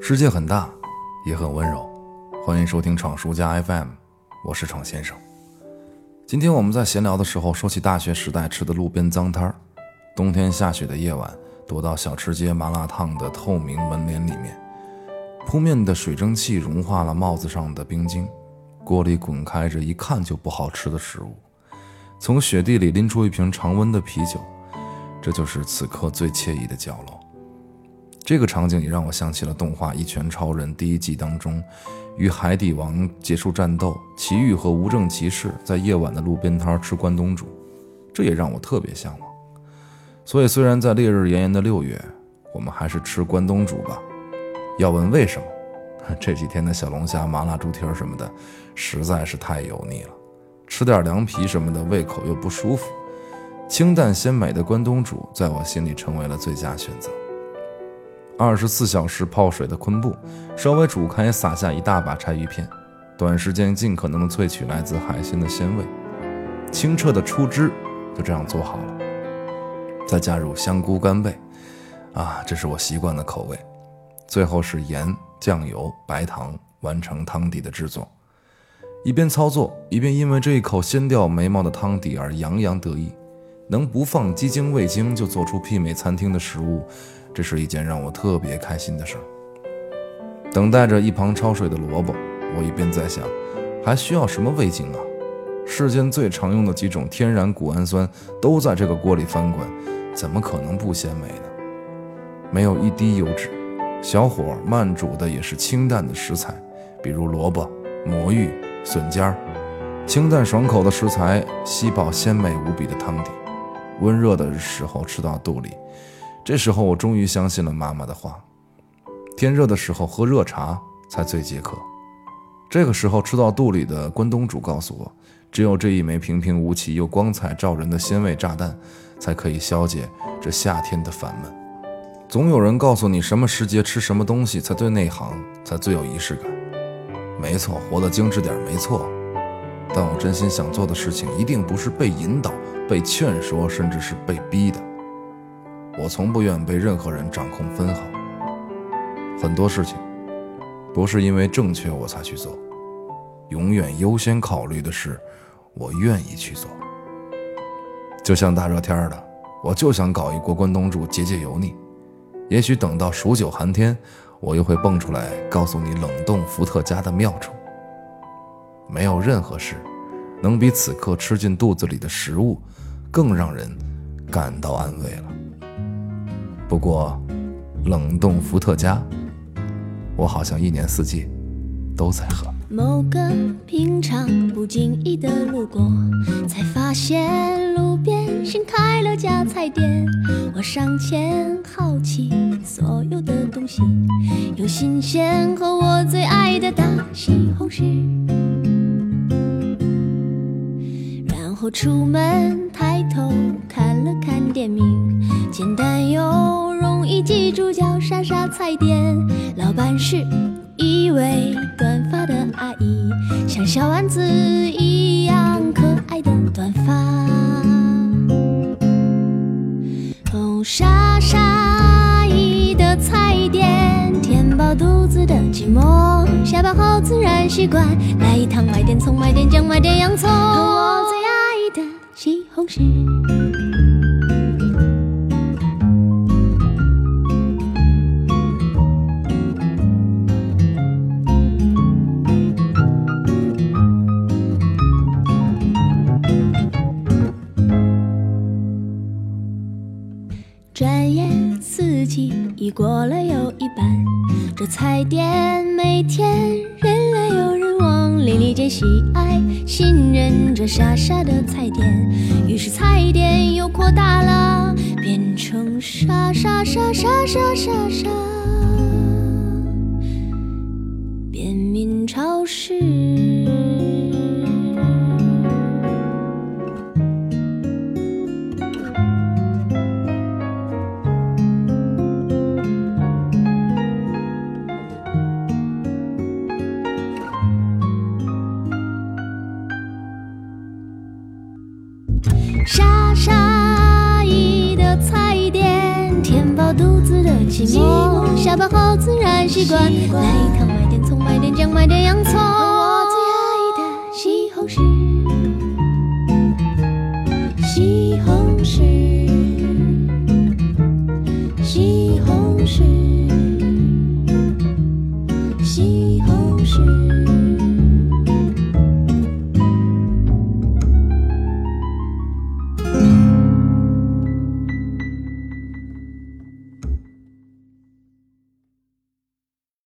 世界很大，也很温柔。欢迎收听闯书家 FM， 我是闯先生。今天我们在闲聊的时候说起大学时代吃的路边脏摊儿。冬天下雪的夜晚，躲到小吃街麻辣烫的透明门帘里面，扑面的水蒸气融化了帽子上的冰晶，锅里滚开着一看就不好吃的食物，从雪地里拎出一瓶常温的啤酒，这就是此刻最惬意的角落。这个场景也让我想起了动画《一拳超人》第一季当中，与海底王结束战斗，奇遇和无证骑士在夜晚的路边摊吃关东煮，这也让我特别向往。所以虽然在烈日炎炎的6月，我们还是吃关东煮吧。要问为什么，这几天的小龙虾、麻辣猪蹄什么的实在是太油腻了，吃点凉皮什么的胃口又不舒服，清淡鲜美的关东煮在我心里成为了最佳选择。24小时泡水的昆布，稍微煮开，撒下一大把柴鱼片，短时间尽可能的萃取来自海鲜的鲜味，清澈的出汁就这样做好了，再加入香菇干贝这是我习惯的口味，最后是盐、酱油、白糖，完成汤底的制作。一边操作，一边因为这一口掀掉眉毛的汤底而洋洋得意。能不放鸡精味精就做出媲美餐厅的食物，这是一件让我特别开心的事儿。等待着一旁焯水的萝卜，我一边在想，还需要什么味精啊？世间最常用的几种天然谷氨酸都在这个锅里翻滚，怎么可能不鲜美呢？没有一滴油脂，小火慢煮的也是清淡的食材，比如萝卜、魔芋、笋尖，清淡爽口的食材吸饱鲜美无比的汤底，温热的时候吃到肚里。这时候我终于相信了妈妈的话，天热的时候喝热茶才最解渴。这个时候吃到肚里的关东煮告诉我，只有这一枚平平无奇又光彩照人的鲜味炸弹，才可以消解这夏天的烦闷。总有人告诉你什么时节吃什么东西才最内行，才最有仪式感。没错，活得精致点没错，但我真心想做的事情一定不是被引导、被劝说，甚至是被逼的。我从不愿被任何人掌控分毫，很多事情不是因为正确我才去做，永远优先考虑的是我愿意去做。就像大热天的，我就想搞一锅关东煮解解油腻，也许等到数9寒天，我又会蹦出来告诉你冷冻伏特加的妙处。没有任何事能比此刻吃进肚子里的食物更让人感到安慰了。不过冷冻伏特加，我好像一年四季都在喝。 某个平常不经意的路过，才发现路边新开了家菜店。我上前好奇所有的东西，有新鲜和我最爱的大西红柿。然后出门抬头看了看店名，简单又容易记住，叫莎莎菜店。老板是一位短发的阿姨，像小丸子一样可爱的短发。莎莎阿姨的菜店，填饱肚子的寂寞，下班后自然习惯来一趟，买点葱，买点姜，买点洋葱，和我最爱的西红柿。转眼4季已过了又一半，这菜店每天人来又人往，邻里间喜爱信任这莎莎的菜店，于是菜店又扩大了，变成莎莎莎莎莎莎莎便民超市。莎莎阿姨的菜店，填饱肚子的寂寂寞，下班后自然习惯。来一趟买点葱，买点姜，买点洋葱，和我最爱的西红柿。